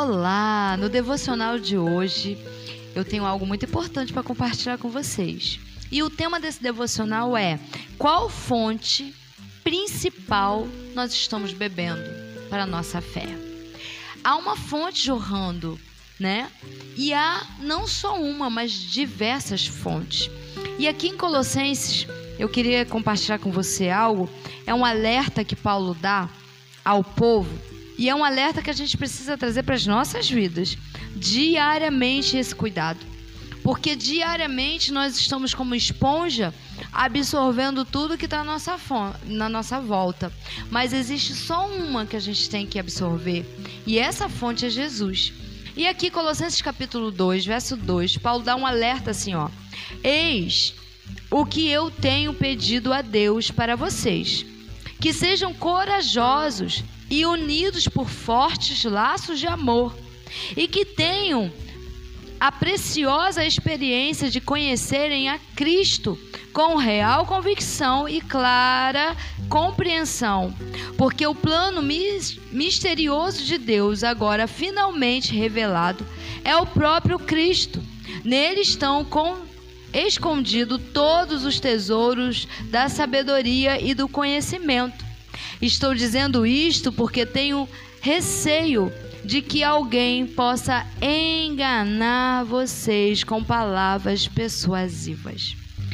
Olá! No devocional de hoje, eu tenho algo muito importante para compartilhar com vocês. E o tema desse devocional é: qual fonte principal nós estamos bebendo para a nossa fé? Há uma fonte jorrando, né? E há não só uma, mas diversas fontes. E aqui em Colossenses, eu queria compartilhar com você algo. É um alerta que Paulo dá ao povo. E é um alerta que a gente precisa trazer para as nossas vidas, diariamente, esse cuidado. Porque diariamente nós estamos como esponja, absorvendo tudo que está na nossa volta. Mas existe só uma que a gente tem que absorver, e essa fonte é Jesus. E aqui, Colossenses capítulo 2, verso 2, Paulo dá um alerta assim, ó: eis o que eu tenho pedido a Deus para vocês, que sejam corajosos e unidos por fortes laços de amor, e que tenham a preciosa experiência de conhecerem a Cristo com real convicção e clara compreensão, porque o plano misterioso de Deus, agora finalmente revelado, é o próprio Cristo. Nele estão escondidos todos os tesouros da sabedoria e do conhecimento. Estou dizendo isto porque tenho receio de que alguém possa enganar vocês com palavras persuasivas.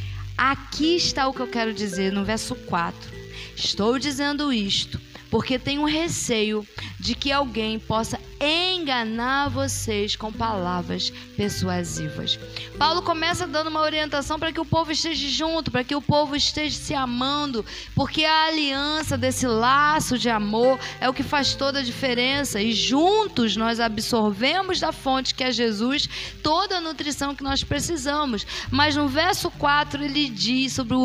Aqui está o que eu quero dizer no verso 4. Estou dizendo isto porque tenho receio de que alguém possa enganar vocês com palavras persuasivas. Paulo começa dando uma orientação para que o povo esteja junto, para que o povo esteja se amando, porque a aliança desse laço de amor é o que faz toda a diferença, e juntos nós absorvemos da fonte que é Jesus toda a nutrição que nós precisamos. Mas no verso 4 ele diz sobre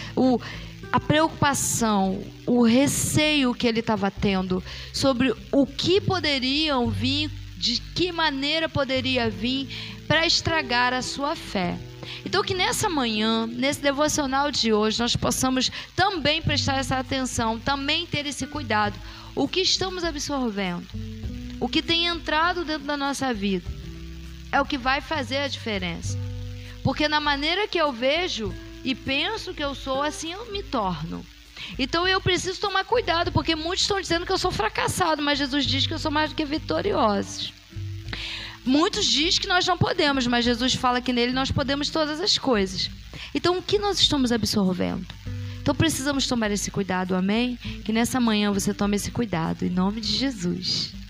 a preocupação, o receio que ele estava tendo sobre o que poderiam vir, de que maneira poderia vir para estragar a sua fé. Então que nessa manhã, nesse devocional de hoje, nós possamos também prestar essa atenção, também ter esse cuidado. O que estamos absorvendo, o que tem entrado dentro da nossa vida, é o que vai fazer a diferença. Porque na maneira que eu vejo e penso que eu sou, assim eu me torno. Então eu preciso tomar cuidado, porque muitos estão dizendo que eu sou fracassado, mas Jesus diz que eu sou mais do que vitoriosos. Muitos dizem que nós não podemos, mas Jesus fala que nele nós podemos todas as coisas. Então o que nós estamos absorvendo? Então precisamos tomar esse cuidado, amém? Que nessa manhã você tome esse cuidado, em nome de Jesus.